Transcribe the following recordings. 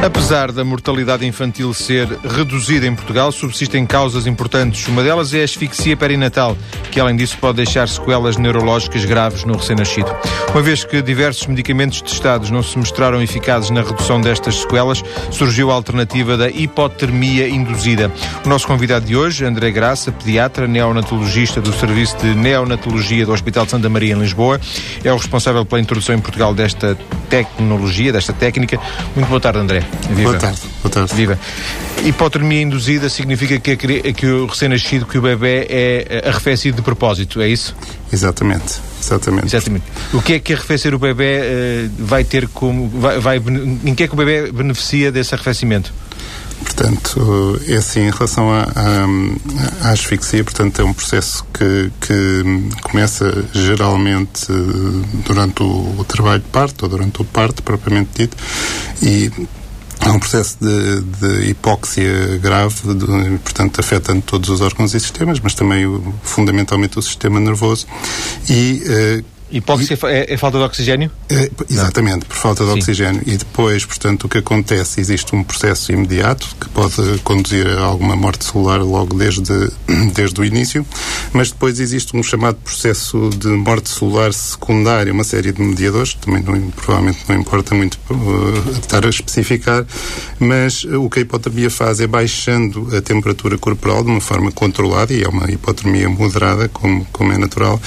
Apesar da mortalidade infantil ser reduzida em Portugal, subsistem causas importantes. Uma delas é a asfixia perinatal, que além disso pode deixar sequelas neurológicas graves no recém-nascido. Uma vez que diversos medicamentos testados não se mostraram eficazes na redução destas sequelas, surgiu a alternativa da hipotermia induzida. O nosso convidado de hoje, André Graça, pediatra, neonatologista do Serviço de Neonatologia do Hospital de Santa Maria em Lisboa, é o responsável pela introdução em Portugal desta tecnologia, desta técnica. Muito boa tarde, André. Viva. Boa tarde. Viva. Hipotermia induzida significa que o recém-nascido, que o bebê é arrefecido de propósito, é isso? Exatamente. O que é que arrefecer o bebê vai ter como... em que é que o bebê beneficia desse arrefecimento? Portanto, é assim, em relação à asfixia, portanto, é um processo que começa geralmente durante o trabalho de parto, ou durante o parto, propriamente dito, e é um processo de hipóxia grave, portanto, afetando todos os órgãos e sistemas, mas também, fundamentalmente, o sistema nervoso. Hipóxia é falta de oxigênio? Exatamente, por falta de oxigênio. E depois, portanto, o que acontece, existe um processo imediato que pode conduzir a alguma morte celular logo desde o início, mas depois existe um chamado processo de morte celular secundária, uma série de mediadores, também provavelmente não importa muito estar a especificar, mas o que a hipotermia faz é baixando a temperatura corporal de uma forma controlada, e é uma hipotermia moderada, como é natural,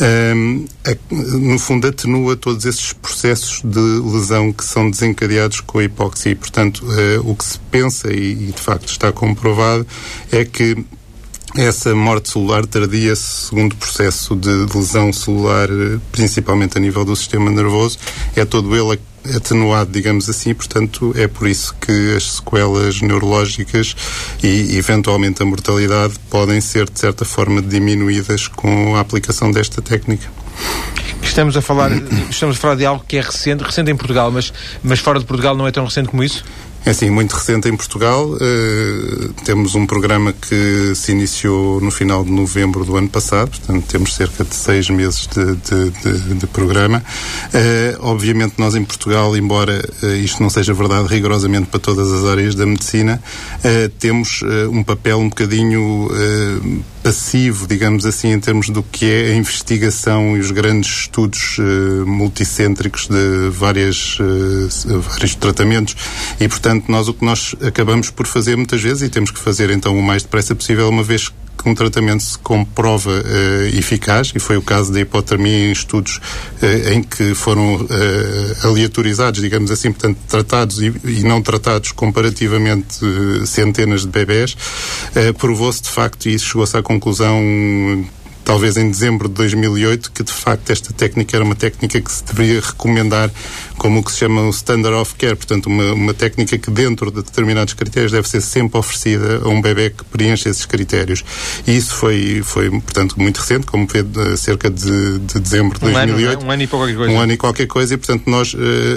no fundo atenua todos esses processos de lesão que são desencadeados com a hipóxia e, portanto, o que se pensa e de facto está comprovado é que essa morte celular tardia, segundo processo de lesão celular, principalmente a nível do sistema nervoso, é todo ele atenuado, digamos assim, portanto é por isso que as sequelas neurológicas e eventualmente a mortalidade podem ser de certa forma diminuídas com a aplicação desta técnica. Estamos a falar de algo que é recente em Portugal, mas fora de Portugal não é tão recente como isso? É sim, muito recente em Portugal. Temos um programa que se iniciou no final de novembro do ano passado, portanto temos cerca de 6 meses de programa. Obviamente nós em Portugal, embora isto não seja verdade rigorosamente para todas as áreas da medicina, temos um papel um bocadinho passivo, digamos assim, em termos do que é a investigação e os grandes estudos multicêntricos de vários tratamentos e, portanto, o que nós acabamos por fazer muitas vezes, e temos que fazer então o mais depressa possível, uma vez que um tratamento se comprova eficaz, e foi o caso da hipotermia em estudos em que foram aleatorizados, digamos assim, portanto, tratados e não tratados comparativamente centenas de bebés, provou-se de facto, e isso chegou-se à conclusão talvez em dezembro de 2008, que de facto esta técnica era uma técnica que se deveria recomendar como o que se chama o standard of care, portanto uma técnica que dentro de determinados critérios deve ser sempre oferecida a um bebê que preenche esses critérios. E isso foi portanto, muito recente, como vê, cerca de dezembro de 2008. Um ano e qualquer coisa. Um ano e qualquer coisa, e portanto nós,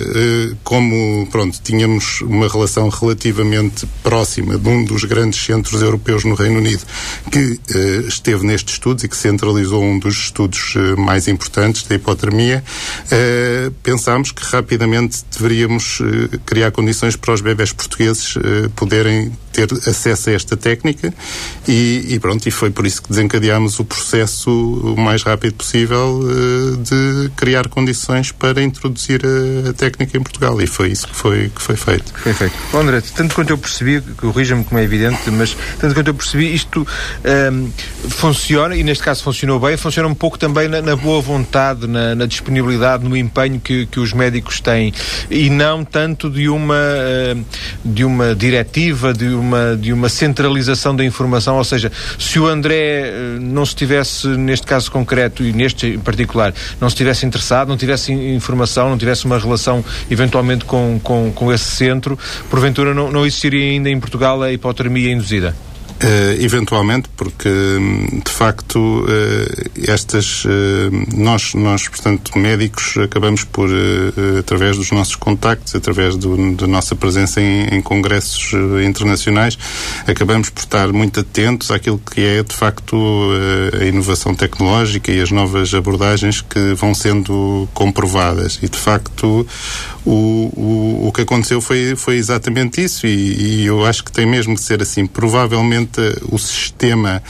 como, tínhamos uma relação relativamente próxima de um dos grandes centros europeus no Reino Unido, que esteve nestes estudos e que centralizou um dos estudos mais importantes da hipotermia, pensámos que rapidamente deveríamos criar condições para os bebés portugueses poderem ter acesso a esta técnica e foi por isso que desencadeámos o processo o mais rápido possível de criar condições para introduzir a técnica em Portugal, e foi isso que foi feito. Foi feito. Bom, André, tanto quanto eu percebi, corrija-me como é evidente, mas tanto quanto eu percebi, isto funciona, e neste caso funcionou bem, funciona um pouco também na boa vontade, na disponibilidade, no empenho que os médicos têm, e não tanto de uma diretiva, de uma centralização da informação. Ou seja, se o André não se tivesse, neste caso concreto e neste em particular, não se tivesse interessado, não tivesse informação, não tivesse uma relação eventualmente com esse centro, porventura não existiria ainda em Portugal a hipotermia induzida? Eventualmente, porque de facto nós, portanto, médicos, acabamos por, através dos nossos contactos, através da nossa presença em congressos internacionais, acabamos por estar muito atentos àquilo que é, de facto, a inovação tecnológica e as novas abordagens que vão sendo comprovadas. E, de facto, o que aconteceu foi exatamente isso, e eu acho que tem mesmo que ser assim. Provavelmente o sistema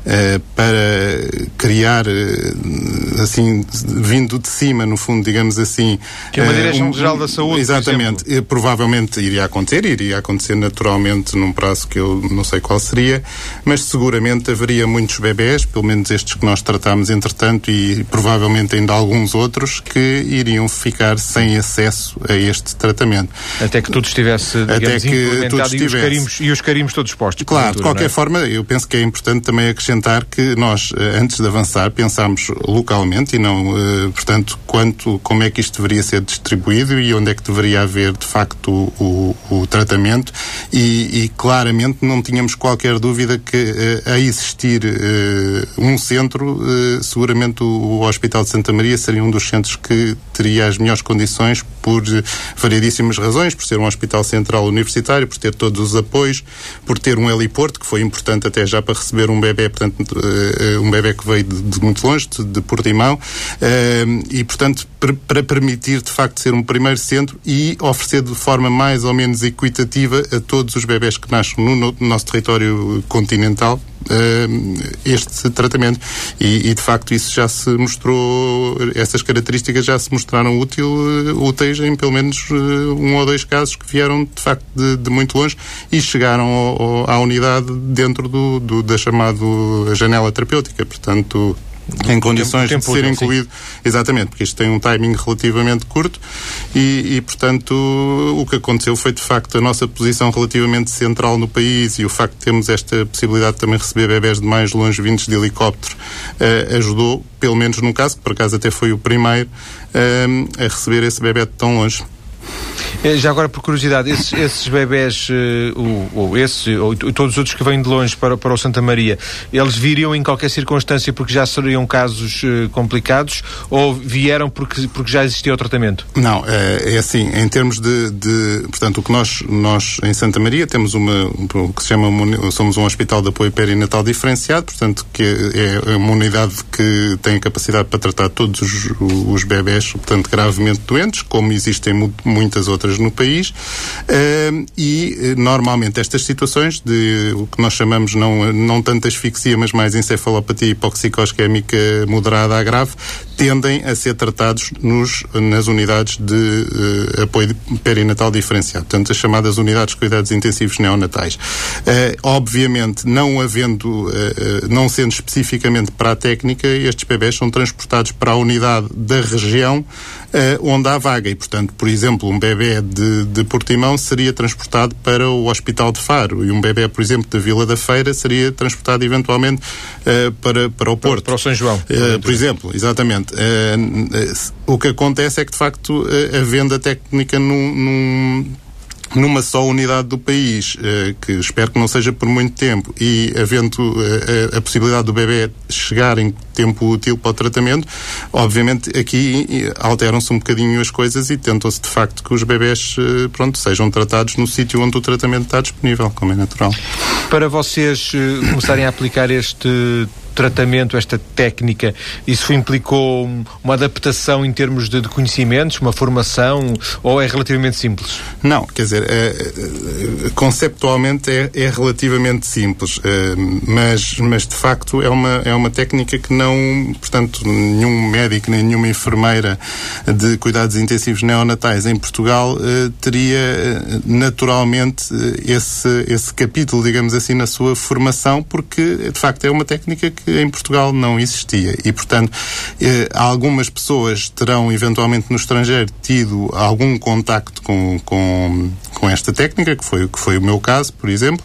para criar, assim, vindo de cima, no fundo, digamos assim... Que é uma Direção-Geral da Saúde, exatamente, provavelmente iria acontecer naturalmente num prazo que eu não sei qual seria, mas seguramente haveria muitos bebés, pelo menos estes que nós tratámos entretanto, e provavelmente ainda alguns outros, que iriam ficar sem acesso a este tratamento. Até que tudo estivesse, digamos, implementado e os carimbos todos postos. Claro, de qualquer forma, eu penso que é importante também acrescentar que nós, antes de avançar, pensámos localmente e não, portanto, como é que isto deveria ser distribuído e onde é que deveria haver, de facto, o tratamento, e claramente não tínhamos qualquer dúvida que, a existir um centro, seguramente o Hospital de Santa Maria seria um dos centros que teria as melhores condições por variedíssimas razões, por ser um hospital central universitário, por ter todos os apoios, por ter um heliporto, que foi importante até já para receber um bebé, portanto, um bebé que veio de muito longe, de Portimão, e, portanto, para permitir, de facto, ser um primeiro centro e oferecer de forma mais ou menos equitativa a todos os bebés que nascem no nosso território continental este tratamento. E, de facto, isso já se mostrou, essas características já se mostraram úteis em pelo menos um ou dois casos que vieram, de facto, de muito longe e chegaram à unidade dentro da chamada janela terapêutica. Portanto, em condições de ser incluído, exatamente, porque isto tem um timing relativamente curto e, portanto, o que aconteceu foi, de facto, a nossa posição relativamente central no país e o facto de termos esta possibilidade de também receber bebés de mais longe vindos de helicóptero ajudou, pelo menos num caso, que por acaso até foi o primeiro, a receber esse bebé de tão longe. Já agora, por curiosidade, esses bebés, ou todos os outros que vêm de longe para o Santa Maria, eles viriam em qualquer circunstância porque já seriam casos complicados ou vieram porque já existia o tratamento? Não, é assim, em termos portanto, o que nós em Santa Maria temos o que se chama, somos um hospital de apoio perinatal diferenciado, portanto, que é uma unidade que tem a capacidade para tratar todos os bebés, portanto, gravemente doentes, como existem muitas outras no país, e normalmente estas situações de o que nós chamamos não tanto asfixia, mas mais encefalopatia hipoxicosquémica moderada a grave, tendem a ser tratados nas unidades de apoio perinatal diferenciado, portanto as chamadas unidades de cuidados intensivos neonatais. Obviamente, não sendo especificamente para a técnica, estes bebés são transportados para a unidade da região onde há vaga e, portanto, por exemplo, um bebé de Portimão seria transportado para o Hospital de Faro e um bebé, por exemplo, da Vila da Feira seria transportado eventualmente para o Porto. Para o São João. Por exemplo, exatamente. O que acontece é que, de facto, havendo a técnica numa só unidade do país, que espero que não seja por muito tempo, e havendo a possibilidade do bebé chegar em tempo útil para o tratamento, obviamente aqui alteram-se um bocadinho as coisas e tentam-se de facto que os bebés sejam tratados no sítio onde o tratamento está disponível, como é natural. Para vocês começarem a aplicar este tratamento, esta técnica, isso implicou uma adaptação em termos de conhecimentos, uma formação, ou é relativamente simples? Não, quer dizer, conceptualmente é relativamente simples, mas de facto é uma técnica que não, portanto, nenhum médico nem nenhuma enfermeira de cuidados intensivos neonatais em Portugal teria naturalmente esse capítulo, digamos assim, na sua formação, porque de facto é uma técnica que em Portugal não existia e, portanto, algumas pessoas terão eventualmente no estrangeiro tido algum contacto com com esta técnica, que foi o meu caso, por exemplo,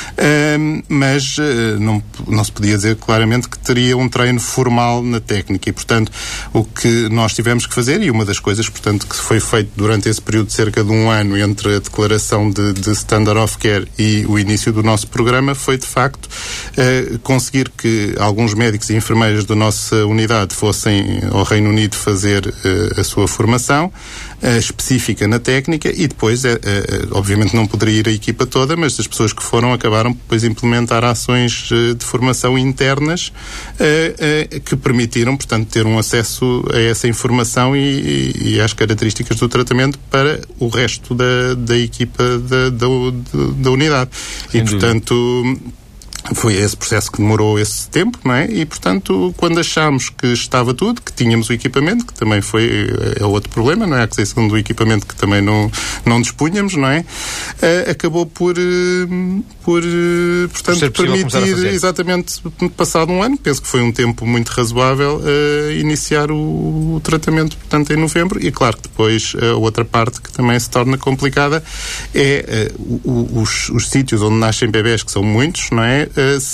mas não se podia dizer claramente que teria um treino formal na técnica e, portanto, o que nós tivemos que fazer, e uma das coisas, portanto, que foi feito durante esse período de cerca de um ano entre a declaração de Standard of Care e o início do nosso programa, foi, de facto, conseguir que alguns médicos e enfermeiras da nossa unidade fossem ao Reino Unido fazer a sua formação específica na técnica e depois, obviamente não poderia ir a equipa toda, mas as pessoas que foram acabaram depois implementar ações de formação internas que permitiram, portanto, ter um acesso a essa informação e às características do tratamento para o resto da equipa da unidade. E, portanto, foi esse processo que demorou esse tempo, não é? E, portanto, quando achámos que estava tudo, que tínhamos o equipamento, que também é outro problema, não é? A aquisição do equipamento que também não dispunhamos, não é? Acabou por portanto, permitir, exatamente, passado um ano, penso que foi um tempo muito razoável, iniciar o tratamento, portanto, em novembro. E, claro, que depois a outra parte que também se torna complicada é os sítios onde nascem bebés, que são muitos, não é?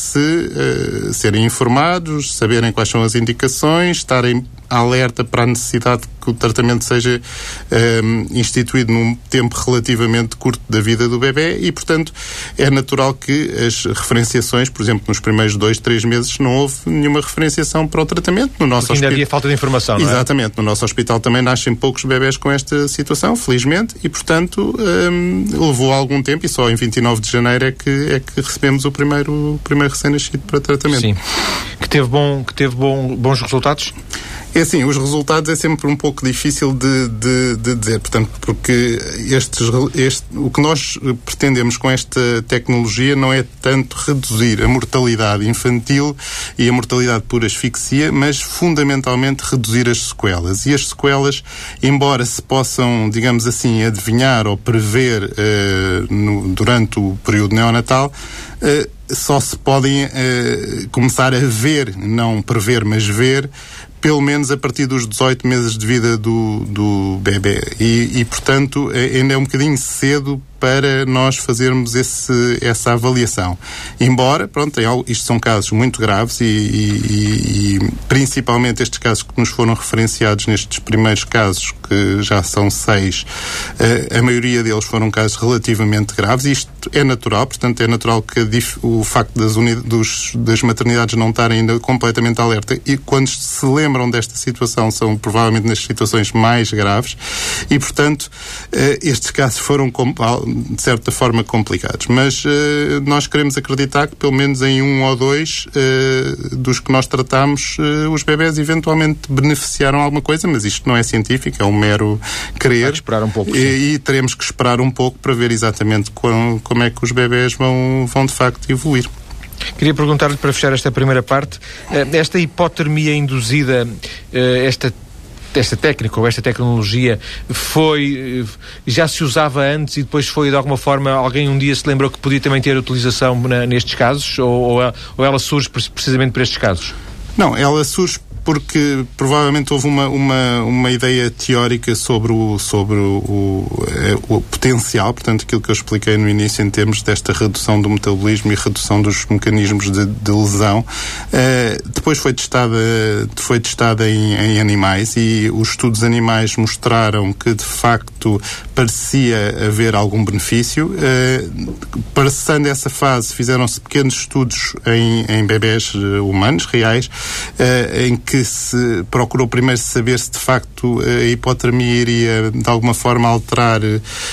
Serem informados, saberem quais são as indicações, estarem alerta para a necessidade que o tratamento seja instituído num tempo relativamente curto da vida do bebê e, portanto, é natural que as referenciações, por exemplo, nos primeiros 2-3 meses não houve nenhuma referenciação para o tratamento. No nosso ainda havia falta de informação, não é? Exatamente. No nosso hospital também nascem poucos bebés com esta situação, felizmente, e, portanto, levou algum tempo e só em 29 de janeiro é que recebemos o primeiro recém-nascido para tratamento. Sim. Que teve bons resultados? É assim, os resultados é sempre um pouco difícil de dizer, portanto, porque o que nós pretendemos com esta tecnologia não é tanto reduzir a mortalidade infantil e a mortalidade por asfixia, mas fundamentalmente reduzir as sequelas. E as sequelas, embora se possam, digamos assim, adivinhar ou prever durante o período neonatal, só se podem começar a ver, não prever, mas ver, pelo menos a partir dos 18 meses de vida do bebê. E, portanto, ainda é um bocadinho cedo para nós fazermos essa avaliação. Embora, pronto, isto são casos muito graves e principalmente estes casos que nos foram referenciados nestes primeiros casos, que já são 6, a maioria deles foram casos relativamente graves e isto é natural, portanto é natural que o facto das maternidades não estarem ainda completamente alerta e quando se lembram desta situação são provavelmente nas situações mais graves e, portanto, estes casos foram de certa forma complicados, mas nós queremos acreditar que pelo menos em 1 ou 2 dos que nós tratamos, os bebés eventualmente beneficiaram alguma coisa, mas isto não é científico, é um mero querer. Vai esperar um pouco, e teremos que esperar um pouco para ver exatamente como é que os bebés vão de facto evoluir. Queria perguntar-lhe, para fechar esta primeira parte, esta hipotermia induzida, esta técnica ou esta tecnologia já se usava antes e depois foi de alguma forma, alguém um dia se lembrou que podia também ter utilização nestes casos ou ela surge precisamente para estes casos? Não, ela surge porque provavelmente houve uma ideia teórica sobre o potencial, portanto, aquilo que eu expliquei no início em termos desta redução do metabolismo e redução dos mecanismos de lesão. Depois foi testada em animais e os estudos animais mostraram que, de facto, parecia haver algum benefício. Passando essa fase, fizeram-se pequenos estudos em bebés humanos, reais, em que se procurou primeiro saber se de facto a hipotermia iria de alguma forma alterar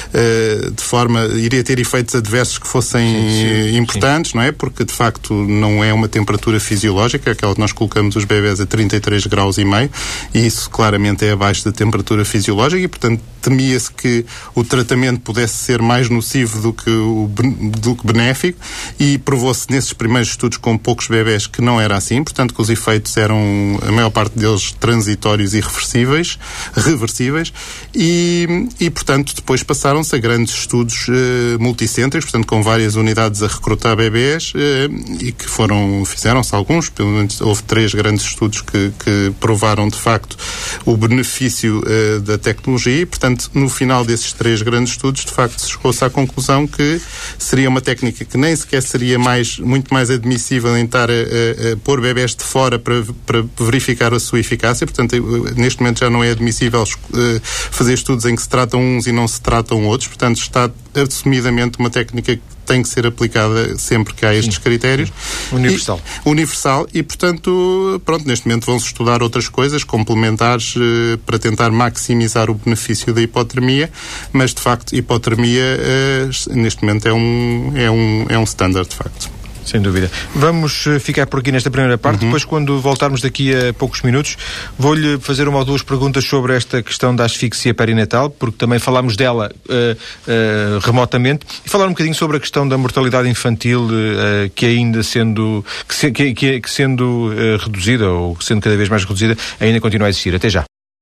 iria ter efeitos adversos que fossem importantes, não é? Porque de facto não é uma temperatura fisiológica, aquela que nós colocamos os bebés a 33 graus e meio, e isso claramente é abaixo da temperatura fisiológica e, portanto, temia-se que o tratamento pudesse ser mais nocivo do que benéfico e provou-se nesses primeiros estudos com poucos bebés que não era assim, portanto que os efeitos eram, a maior parte deles, transitórios e reversíveis e portanto depois passaram-se a grandes estudos multicêntricos, portanto com várias unidades a recrutar bebés e que fizeram-se alguns, pelo menos houve 3 grandes estudos que provaram de facto o benefício da tecnologia e, portanto, portanto, no final desses 3 grandes estudos, de facto, chegou-se à conclusão que seria uma técnica que nem sequer seria muito mais admissível em estar a pôr bebés de fora para verificar a sua eficácia. Portanto, neste momento já não é admissível fazer estudos em que se tratam uns e não se tratam outros. Portanto, está assumidamente uma técnica que tem que ser aplicada sempre que há estes critérios. Universal. E, portanto, neste momento vão-se estudar outras coisas complementares para tentar maximizar o benefício da hipotermia, mas, de facto, hipotermia neste momento é um standard, de facto. Sem dúvida. Vamos ficar por aqui nesta primeira parte. Depois, quando voltarmos daqui a poucos minutos, vou-lhe fazer uma ou duas perguntas sobre esta questão da asfixia perinatal, porque também falámos dela remotamente, e falar um bocadinho sobre a questão da mortalidade infantil que ainda sendo reduzida, ou sendo cada vez mais reduzida, ainda continua a existir. Até já.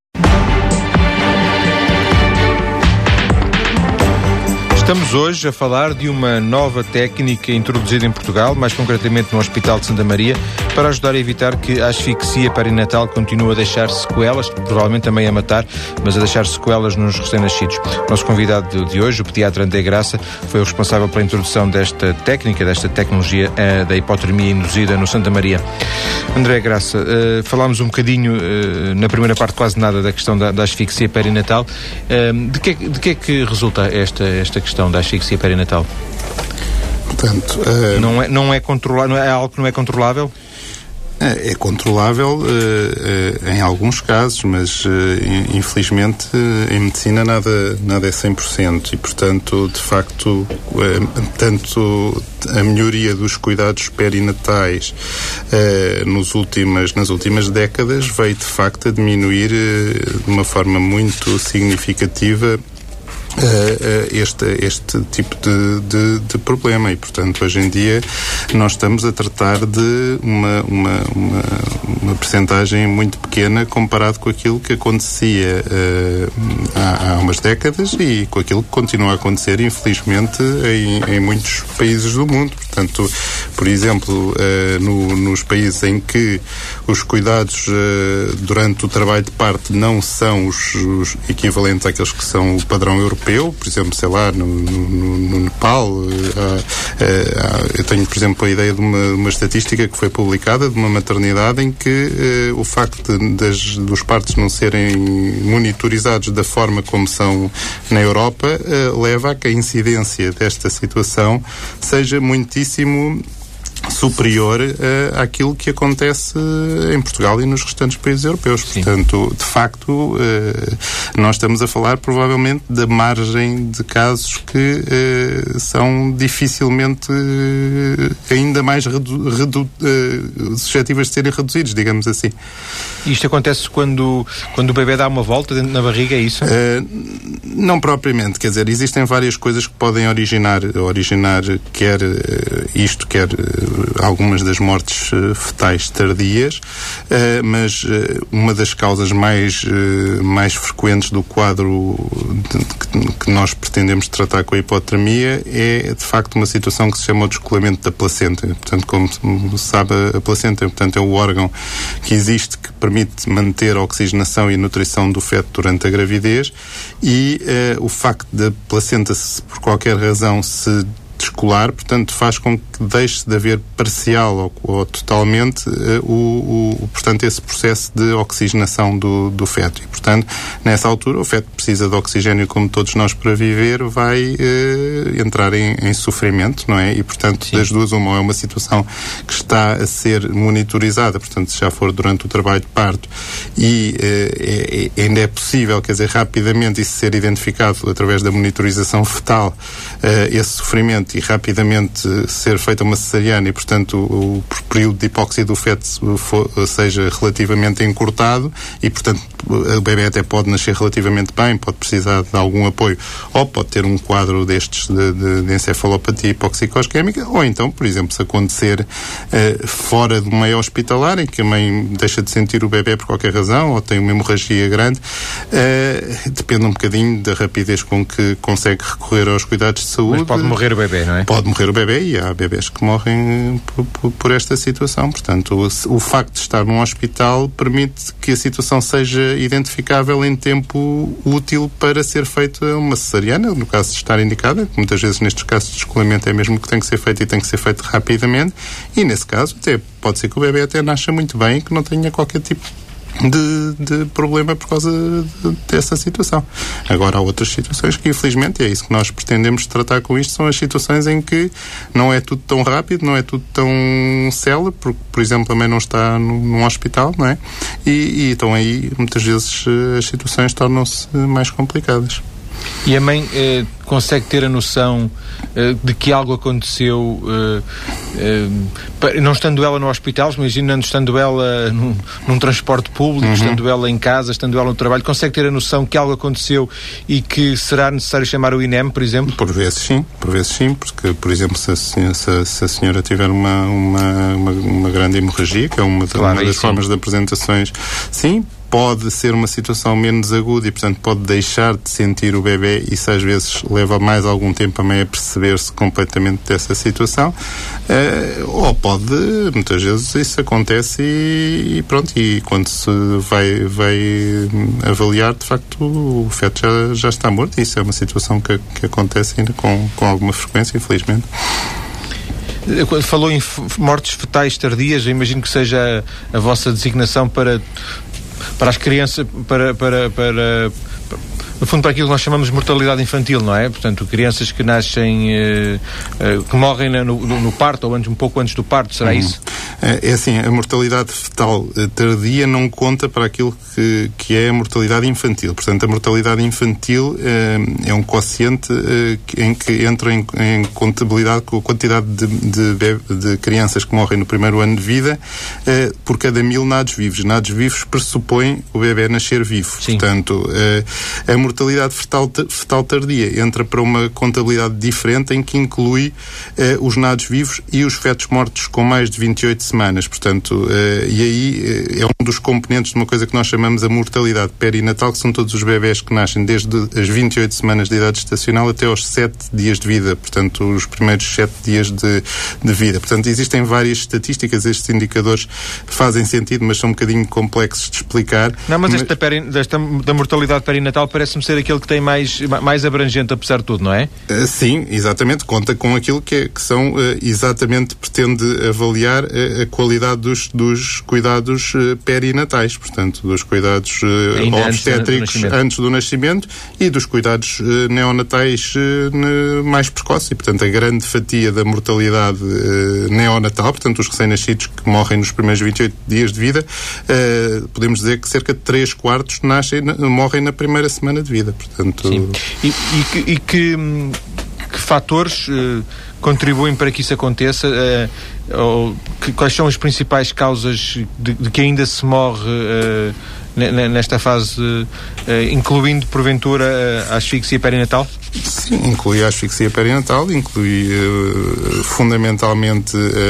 Estamos hoje a falar de uma nova técnica introduzida em Portugal, mais concretamente no Hospital de Santa Maria, para ajudar a evitar que a asfixia perinatal continue a deixar sequelas, provavelmente também a matar, mas a deixar sequelas nos recém-nascidos. O nosso convidado de hoje, o pediatra André Graça, foi o responsável pela introdução desta técnica, desta tecnologia da hipotermia induzida no Santa Maria. André Graça, falámos um bocadinho, na primeira parte quase nada, da questão da asfixia perinatal. De que é que resulta esta questão da asfixia perinatal? Portanto, não é algo que não é controlável? É controlável em alguns casos, mas infelizmente em medicina nada é 100% e, portanto, de facto, tanto a melhoria dos cuidados perinatais nas últimas décadas veio de facto a diminuir de uma forma muito significativa este tipo de problema e, portanto, hoje em dia nós estamos a tratar de uma percentagem muito pequena comparado com aquilo que acontecia há umas décadas e com aquilo que continua a acontecer, infelizmente, em muitos países do mundo. Portanto, por exemplo, nos países em que os cuidados durante o trabalho de parto não são os equivalentes àqueles que são o padrão europeu, por exemplo, sei lá, no Nepal, eu tenho, por exemplo, a ideia de uma estatística que foi publicada de uma maternidade em que o facto dos partos não serem monitorizados da forma como são na Europa leva a que a incidência desta situação seja muitíssimo superior àquilo que acontece em Portugal e nos restantes países europeus. Sim. Portanto, de facto, nós estamos a falar provavelmente da margem de casos que são dificilmente ainda mais suscetíveis de serem reduzidos, digamos assim. Isto acontece quando o bebê dá uma volta dentro na barriga, é isso? Não propriamente, quer dizer, existem várias coisas que podem originar quer isto, quer algumas das mortes fetais tardias, mas uma das causas mais frequentes do quadro que nós pretendemos tratar com a hipotermia é, de facto, uma situação que se chama o descolamento da placenta. Portanto, como se sabe, a placenta, portanto, é o órgão que existe que permite manter a oxigenação e a nutrição do feto durante a gravidez e o facto da placenta, por qualquer razão, se descolar, portanto, faz com que deixe de haver parcial ou totalmente portanto, esse processo de oxigenação do feto. E, portanto, nessa altura, o feto precisa de oxigênio, como todos nós, para viver, vai entrar em sofrimento, não é? E, portanto, sim, das duas, uma é uma situação que está a ser monitorizada, portanto, se já for durante o trabalho de parto e ainda é possível, quer dizer, rapidamente isso ser identificado através da monitorização fetal, esse sofrimento, e rapidamente ser feita uma cesariana e, portanto, o período de hipóxia do feto seja relativamente encurtado e, portanto, o bebê até pode nascer relativamente bem, pode precisar de algum apoio ou pode ter um quadro destes de encefalopatia hipoxicosquémica, ou então, por exemplo, se acontecer fora do meio hospitalar, em que a mãe deixa de sentir o bebê por qualquer razão ou tem uma hemorragia grande, depende um bocadinho da rapidez com que consegue recorrer aos cuidados de saúde. Mas pode morrer o bebê? não é? Pode morrer o bebê, e há bebés que morrem por esta situação. Portanto, o facto de estar num hospital permite que a situação seja identificável em tempo útil para ser feita uma cesariana, no caso de estar indicada, que muitas vezes nestes casos de descolamento é mesmo que tem que ser feito e tem que ser feito rapidamente, e nesse caso até pode ser que o bebê até nasça muito bem e que não tenha qualquer tipo de problema por causa dessa situação. Agora há outras situações que, infelizmente, é isso que nós pretendemos tratar com isto, são as situações em que não é tudo tão rápido, não é tudo tão célebre, porque, por exemplo, a mãe não está num hospital, não é? E então aí, muitas vezes, as situações tornam-se mais complicadas. E a mãe consegue ter a noção de que algo aconteceu, não estando ela no hospital, imaginando estando ela num transporte público, estando ela em casa, estando ela no trabalho, consegue ter a noção que algo aconteceu e que será necessário chamar o INEM, por exemplo? Por vezes sim, porque, por exemplo, se a senhora tiver uma grande hemorragia, que é uma das formas de apresentações, sim, pode ser uma situação menos aguda e, portanto, pode deixar de sentir o bebê, e isso às vezes leva mais algum tempo a mãe a perceber-se completamente dessa situação, ou pode, muitas vezes isso acontece e pronto, e quando se vai avaliar, de facto o feto já está morto, e isso é uma situação que acontece ainda com alguma frequência, infelizmente. Quando falou em mortes fetais tardias, eu imagino que seja a vossa designação para as crianças, no fundo, para aquilo que nós chamamos de mortalidade infantil, não é? Portanto, crianças que nascem, que morrem no parto, ou um pouco antes do parto, será isso? É assim, a mortalidade fetal tardia não conta para aquilo que é a mortalidade infantil. Portanto, a mortalidade infantil é um quociente em que entra em contabilidade com a quantidade de crianças que morrem no primeiro ano de vida por cada 1000 nados vivos. Nados vivos pressupõem o bebê nascer vivo. Sim. Portanto, a mortalidade fetal tardia entra para uma contabilidade diferente em que inclui os nados vivos e os fetos mortos com mais de 28 semanas. Portanto, e aí é um dos componentes de uma coisa que nós chamamos a mortalidade perinatal, que são todos os bebés que nascem desde as 28 semanas de idade gestacional até aos 7 dias de vida. Portanto, os primeiros 7 dias de vida. Portanto, existem várias estatísticas, estes indicadores fazem sentido, mas são um bocadinho complexos de explicar. Não, mas da mortalidade perinatal parece-me ser aquele que tem mais abrangente, apesar de tudo, não é? Sim, exatamente. Conta com aquilo que são, exatamente, pretende avaliar a qualidade dos cuidados perinatais, portanto, dos cuidados obstétricos antes do nascimento e dos cuidados neonatais mais precoces. E, portanto, a grande fatia da mortalidade neonatal, portanto, os recém-nascidos que morrem nos primeiros 28 dias de vida, podemos dizer que cerca de 3/4 morrem na primeira semana de vida. Portanto... Sim. E que fatores contribuem para que isso aconteça? Quais são as principais causas de que ainda se morre nesta fase, incluindo, porventura, a asfixia perinatal? Sim, inclui a asfixia perinatal, inclui fundamentalmente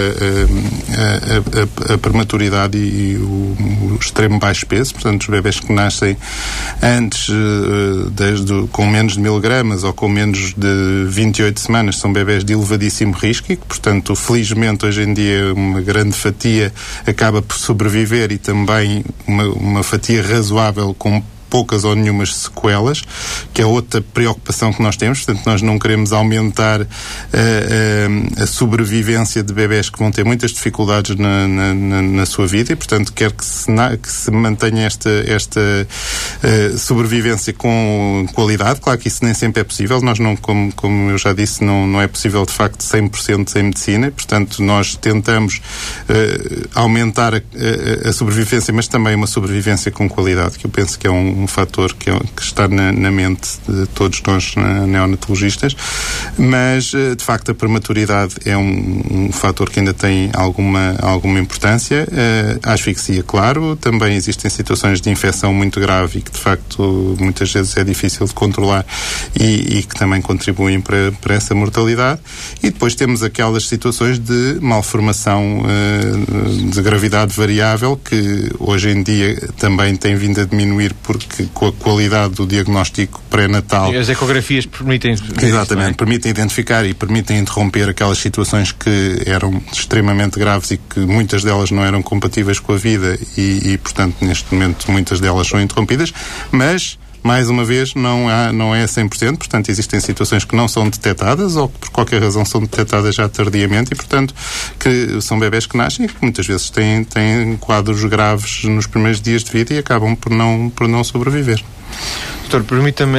a prematuridade e o extremo baixo peso. Portanto, os bebés que nascem antes, com menos de 1000 gramas ou com menos de 28 semanas, são bebés de elevadíssimo risco e que, portanto, felizmente, hoje em dia, uma grande fatia acaba por sobreviver e também uma fatia razoável com poucas ou nenhumas sequelas, que é outra preocupação que nós temos. Portanto, nós não queremos aumentar a sobrevivência de bebés que vão ter muitas dificuldades na sua vida e, portanto, quer que se mantenha esta sobrevivência com qualidade. Claro que isso nem sempre é possível. Nós não, como eu já disse, não é possível, de facto, 100% em medicina. Portanto, nós tentamos aumentar a sobrevivência, mas também uma sobrevivência com qualidade, que eu penso que é um fator que está na mente de todos nós neonatologistas, mas de facto a prematuridade é um fator que ainda tem alguma importância. A asfixia, claro, também existem situações de infecção muito grave e que de facto muitas vezes é difícil de controlar e que também contribuem para essa mortalidade. E depois temos aquelas situações de malformação de gravidade variável, que hoje em dia também tem vindo a diminuir, porque com a qualidade do diagnóstico pré-natal... As ecografias permitem... Exatamente, permitem identificar e permitem interromper aquelas situações que eram extremamente graves e que muitas delas não eram compatíveis com a vida e portanto, neste momento, muitas delas são interrompidas, mas... Mais uma vez, não é 100%, portanto, existem situações que não são detectadas ou que, por qualquer razão, são detectadas já tardiamente e, portanto, que são bebés que nascem e que muitas vezes têm quadros graves nos primeiros dias de vida e acabam por não sobreviver. Doutor, permita-me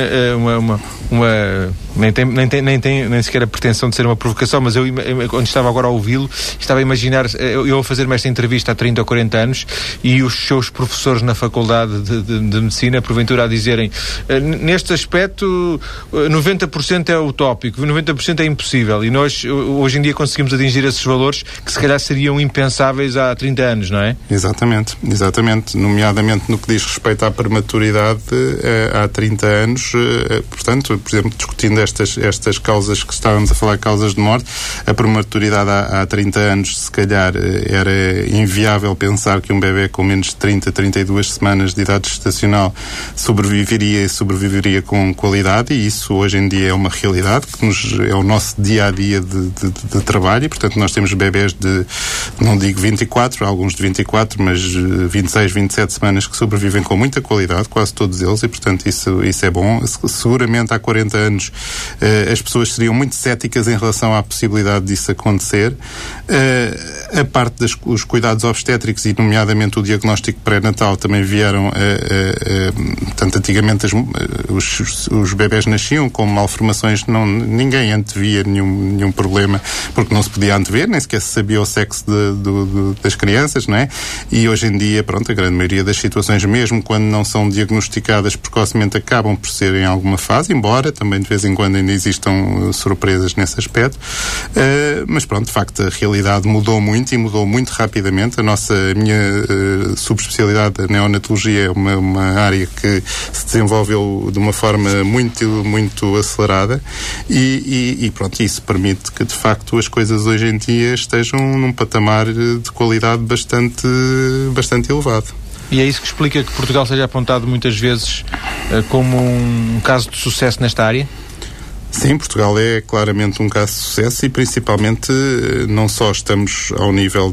nem sequer a pretensão de ser uma provocação, mas eu, quando estava agora a ouvi-lo, estava a imaginar, eu a fazer-me esta entrevista há 30 ou 40 anos e os seus professores na Faculdade de Medicina, porventura, a dizerem neste aspecto 90% é utópico, 90% é impossível, e nós hoje em dia conseguimos atingir esses valores que se calhar seriam impensáveis há 30 anos, não é? Exatamente, nomeadamente no que diz respeito à prematuridade há 30 anos, portanto, por exemplo, discutindo estas causas que estávamos a falar, causas de morte, a prematuridade há 30 anos, se calhar, era inviável pensar que um bebê com menos de 30, 32 semanas de idade gestacional sobreviveria com qualidade, e isso hoje em dia é uma realidade, que é o nosso dia-a-dia de trabalho, e, portanto, nós temos bebés de, não digo 24, alguns de 24, mas 26, 27 semanas que sobrevivem com muita qualidade, quase todos eles, e, portanto, isso é bom. Seguramente há 40 anos as pessoas seriam muito céticas em relação à possibilidade disso acontecer. A parte dos cuidados obstétricos e, nomeadamente, o diagnóstico pré-natal também vieram, portanto, antigamente os bebés nasciam com malformações, ninguém antevia nenhum problema, porque não se podia antever, nem sequer se sabia o sexo das crianças, não é? E hoje em dia, pronto, a grande maioria das situações, mesmo quando não são diagnosticadas precocemente, acabam por ser em alguma fase, embora também de vez em quando ainda existam surpresas nesse aspecto. Mas pronto, de facto, a realidade mudou muito e mudou muito rapidamente. A minha subespecialidade, a neonatologia, é uma área que se desenvolveu de uma forma muito, muito acelerada e pronto, isso permite que, de facto, as coisas hoje em dia estejam num patamar de qualidade bastante elevado. E é isso que explica que Portugal seja apontado muitas vezes como um caso de sucesso nesta área? Sim, Portugal é claramente um caso de sucesso e principalmente não só estamos ao nível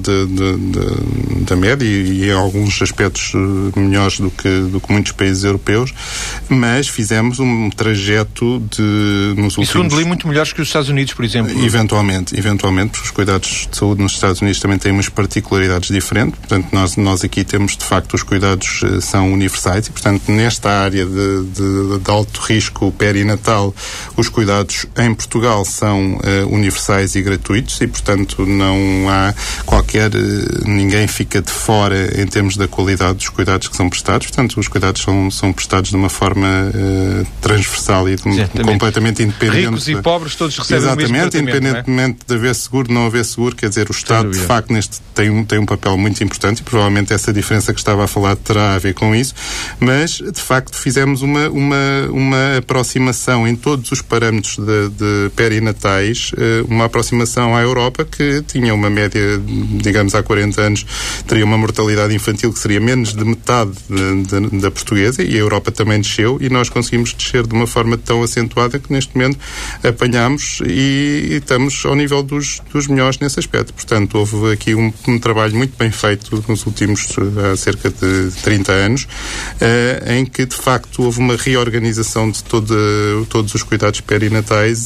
da média e em alguns aspectos melhores do que muitos países europeus, mas fizemos um trajeto nos últimos... E segundo li, muito melhores que os Estados Unidos, por exemplo. Eventualmente, porque os cuidados de saúde nos Estados Unidos também têm umas particularidades diferentes, portanto nós aqui temos, de facto, os cuidados são universais e, portanto, nesta área de alto risco perinatal, os cuidados em Portugal são universais e gratuitos e, portanto, não há ninguém fica de fora em termos da qualidade dos cuidados que são prestados. Portanto, os cuidados são prestados de uma forma transversal e completamente independente. Ricos e pobres todos recebem o mesmo tratamento, independentemente de haver seguro, não haver seguro, quer dizer, o Estado, de facto, tem um papel muito importante e provavelmente essa diferença que estava a falar terá a ver com isso, mas, de facto, fizemos uma aproximação em todos os parâmetros de perinatais, uma aproximação à Europa que tinha uma média, digamos, há 40 anos, teria uma mortalidade infantil que seria menos de metade da portuguesa, e a Europa também desceu, e nós conseguimos descer de uma forma tão acentuada que neste momento apanhamos e estamos ao nível dos melhores nesse aspecto. Portanto, houve aqui um trabalho muito bem feito nos últimos há cerca de 30 anos, em que de facto houve uma reorganização de todos os cuidados perinatais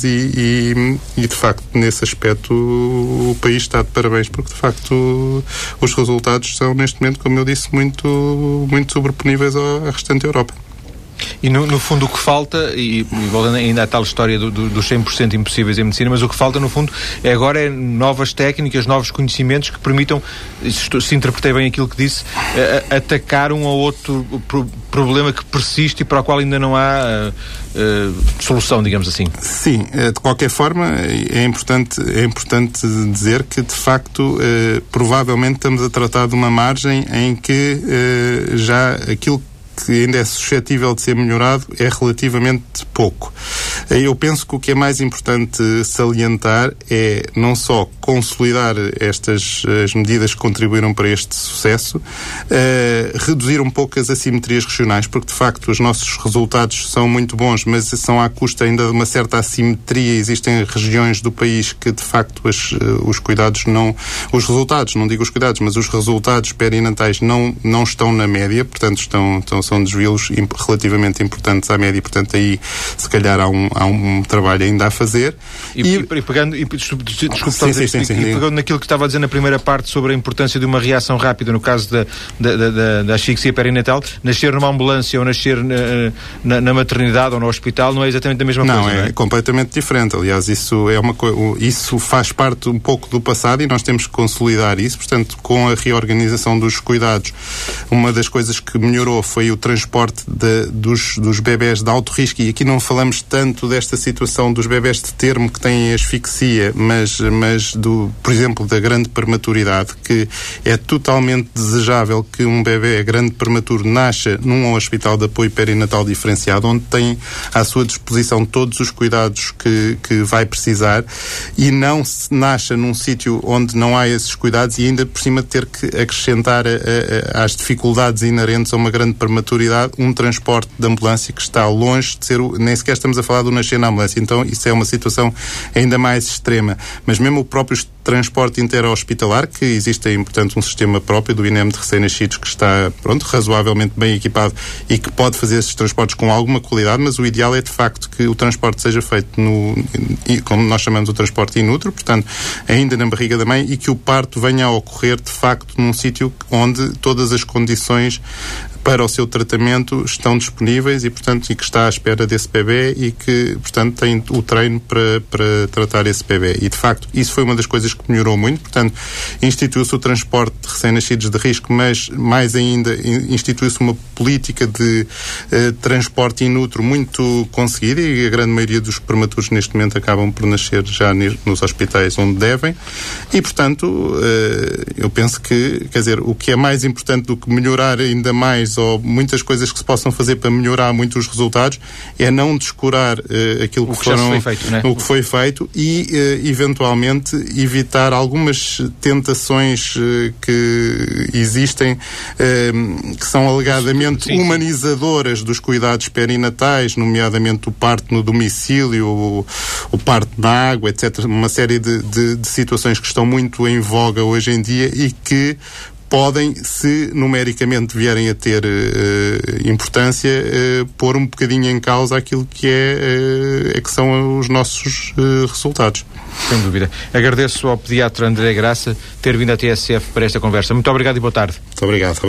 e de facto nesse aspecto o país está de parabéns, porque de facto os resultados são neste momento, como eu disse, muito, muito sobreponíveis à restante Europa. E no fundo o que falta, e voltando ainda à tal história dos 100% impossíveis em medicina, mas o que falta no fundo é novas técnicas, novos conhecimentos que permitam, se interpretei bem aquilo que disse, atacar um ou outro problema que persiste e para o qual ainda não há solução, digamos assim. Sim, de qualquer forma é importante dizer que de facto provavelmente estamos a tratar de uma margem em que já aquilo que ainda é suscetível de ser melhorado é relativamente pouco. Eu penso que o que é mais importante salientar é não só consolidar as medidas que contribuíram para este sucesso, reduzir um pouco as assimetrias regionais, porque de facto os nossos resultados são muito bons, mas são à custa ainda de uma certa assimetria. Existem regiões do país que de facto os cuidados os resultados, não digo os cuidados, mas os resultados perinatais não estão na média, portanto são desvios relativamente importantes à média, portanto aí se calhar há um trabalho ainda a fazer. Pegando naquilo que estava a dizer na primeira parte sobre a importância de uma reação rápida no caso da asfixia perinatal, nascer numa ambulância ou nascer na maternidade ou no hospital não é exatamente a mesma coisa. Não, é completamente diferente. Aliás, isso faz parte um pouco do passado e nós temos que consolidar isso. Portanto, com a reorganização dos cuidados, uma das coisas que melhorou foi o transporte dos bebés de alto risco, e aqui não falamos tanto desta situação dos bebés de termo que têm asfixia, mas por exemplo, da grande prematuridade, que é totalmente desejável que um bebé grande prematuro nasça num hospital de apoio perinatal diferenciado, onde tem à sua disposição todos os cuidados que vai precisar, e não se nasça num sítio onde não há esses cuidados e ainda por cima ter que acrescentar às dificuldades inerentes a uma grande prematuridade um transporte de ambulância que está longe de ser, nem sequer estamos a falar do nascer na ambulância, então isso é uma situação ainda mais extrema. Mas mesmo o próprio transporte interhospitalar, que existe, portanto, um sistema próprio do INEM de recém-nascidos que está, razoavelmente bem equipado e que pode fazer esses transportes com alguma qualidade, mas o ideal é, de facto, que o transporte seja feito como nós chamamos o transporte in utero, portanto, ainda na barriga da mãe, e que o parto venha a ocorrer, de facto, num sítio onde todas as condições para o seu tratamento estão disponíveis e que está à espera desse bebê e que, portanto, tem o treino para tratar esse bebê. E, de facto, isso foi uma das coisas que melhorou muito. Portanto, instituiu-se o transporte de recém-nascidos de risco, mas, mais ainda, instituiu-se uma política de transporte in utero muito conseguida, e a grande maioria dos prematuros, neste momento, acabam por nascer já nos hospitais onde devem. E, portanto, eu penso que, o que é mais importante do que melhorar ainda mais, ou muitas coisas que se possam fazer para melhorar muito os resultados, é não descurar aquilo que foi feito e, eventualmente, evitar algumas tentações que existem, que são alegadamente humanizadoras dos cuidados perinatais, nomeadamente o parto no domicílio, o parto na água, etc. Uma série de situações que estão muito em voga hoje em dia e que podem, se numericamente vierem a ter importância, pôr um bocadinho em causa aquilo que que são os nossos resultados. Sem dúvida. Agradeço ao pediatra André Graça ter vindo à TSF para esta conversa. Muito obrigado e boa tarde. Muito obrigado.